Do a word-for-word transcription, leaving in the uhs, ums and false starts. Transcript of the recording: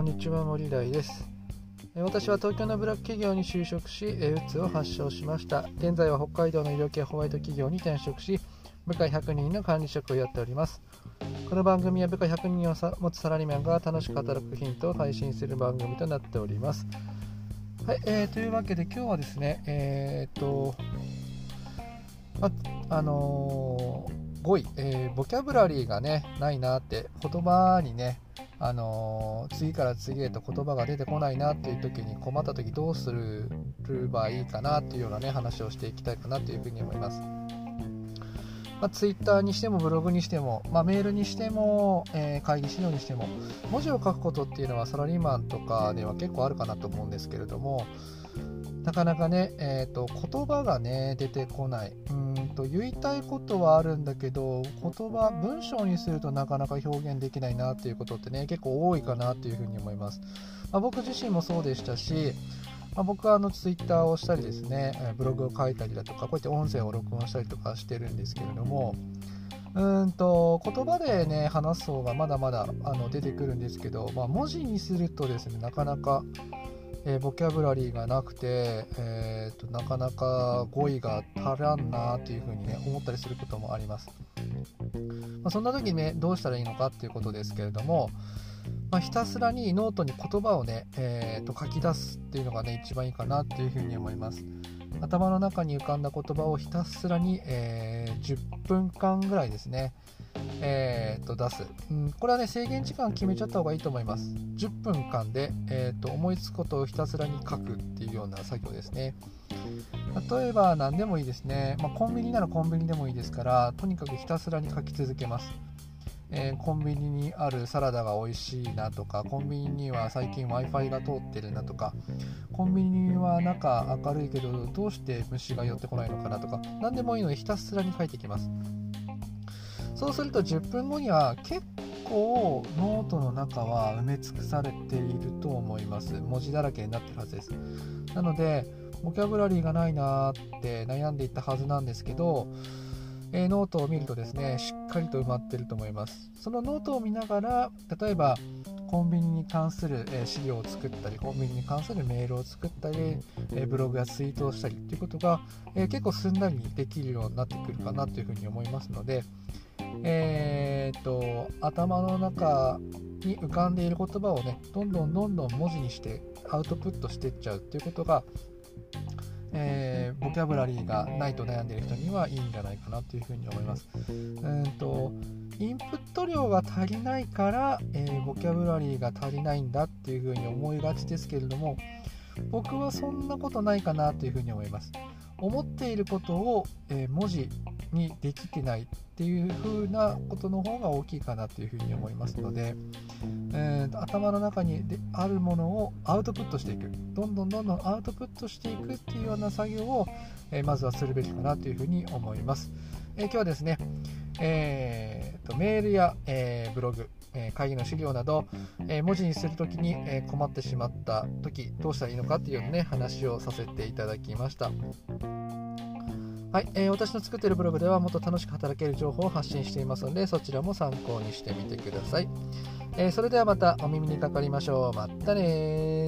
こんにちは、森大です。私は東京のブラック企業に就職し、うつを発症しました。現在は北海道の医療系ホワイト企業に転職し、部下ひゃくにんの管理職をやっております。この番組は部下ひゃくにんを持つサラリーマンが楽しく働くヒントを配信する番組となっております。はい、えー、というわけで今日はですね、えー、っと、ま、あのー、ごい、えー、ボキャブラリーがね、ないなって、言葉にね、あのー、次から次へと言葉が出てこないなっていう時に困った時どうするばいいかなっていうようなね話をしていきたいかなというふうに思います。まあ、ツイッターにしてもブログにしても、まあ、メールにしても、えー、会議資料にしても文字を書くことっていうのはサラリーマンとかでは結構あるかなと思うんですけれども、なかなかね、えーと、言葉がね出てこない。うーんと言いたいことはあるんだけど、言葉文章にするとなかなか表現できないなっていうことってね結構多いかなっていうふうに思います。まあ、僕自身もそうでしたし、まあ、僕はあのツイッターをしたりですね、ブログを書いたりだとか、こうやって音声を録音したりとかしてるんですけれども、うーんと言葉でね話す方がまだまだあの出てくるんですけど、まあ、文字にするとですねなかなかえー、ボキャブラリーがなくて、えー、となかなか語彙が足らんなというふうに、ね、思ったりすることもあります。まあ、そんな時に、ね、どうしたらいいのかっていうことですけれども、まあ、ひたすらにノートに言葉を、ねえー、と書き出すっていうのが、ね、一番いいかなっていうふうに思います。頭の中に浮かんだ言葉をひたすらに、えー、じゅっぷんかんぐらいですね、えー、と出す、うん、これはね制限時間決めちゃった方がいいと思います。じゅっぷんかんで、えー、と思いつくことをひたすらに書くっていうような作業ですね。例えば何でもいいですね、まあ、コンビニならコンビニでもいいですから、とにかくひたすらに書き続けます。えー、コンビニにあるサラダが美味しいなとか、コンビニには最近 Wi-Fi が通ってるなとか、コンビニは中明るいけどどうして虫が寄ってこないのかなとか、何でもいいのでひたすらに書いていきます。そうするとじゅっぷんごには結構ノートの中は埋め尽くされていると思います。文字だらけになってるはずです。なのでボキャブラリーがないなーって悩んでいたはずなんですけど、えー、ノートを見るとですねしっかりと埋まってると思います。そのノートを見ながら、例えばコンビニに関する、えー、資料を作ったり、コンビニに関するメールを作ったり、えー、ブログやツイートをしたりということが、えー、結構すんなりできるようになってくるかなというふうに思いますので、えー、と頭の中に浮かんでいる言葉をねどんどんどんどん文字にしてアウトプットしていっちゃうっていうことが、えー、ボキャブラリーがないと悩んでいる人にはいいんじゃないかなというふうに思います。うんとインプット量が足りないから、えー、ボキャブラリーが足りないんだっていうふうに思いがちですけれども、僕はそんなことないかなというふうに思います。思っていることを、えー、文字にできてないっていう風なことの方が大きいかなというふうに思いますので、えー、頭の中にであるものをアウトプットしていく、どんどんどんどんアウトプットしていくっていうような作業を、えー、まずはするべきかなというふうに思います。えー、今日はですね、えー、とメールや、えー、ブログ、えー、会議の資料など、えー、文字にするときに、えー、困ってしまったときどうしたらいいのかというような、ね、話をさせていただきました。はい、えー、私の作っているブログではもっと楽しく働ける情報を発信していますので、そちらも参考にしてみてください。えー、それではまたお耳にかかりましょう。またね。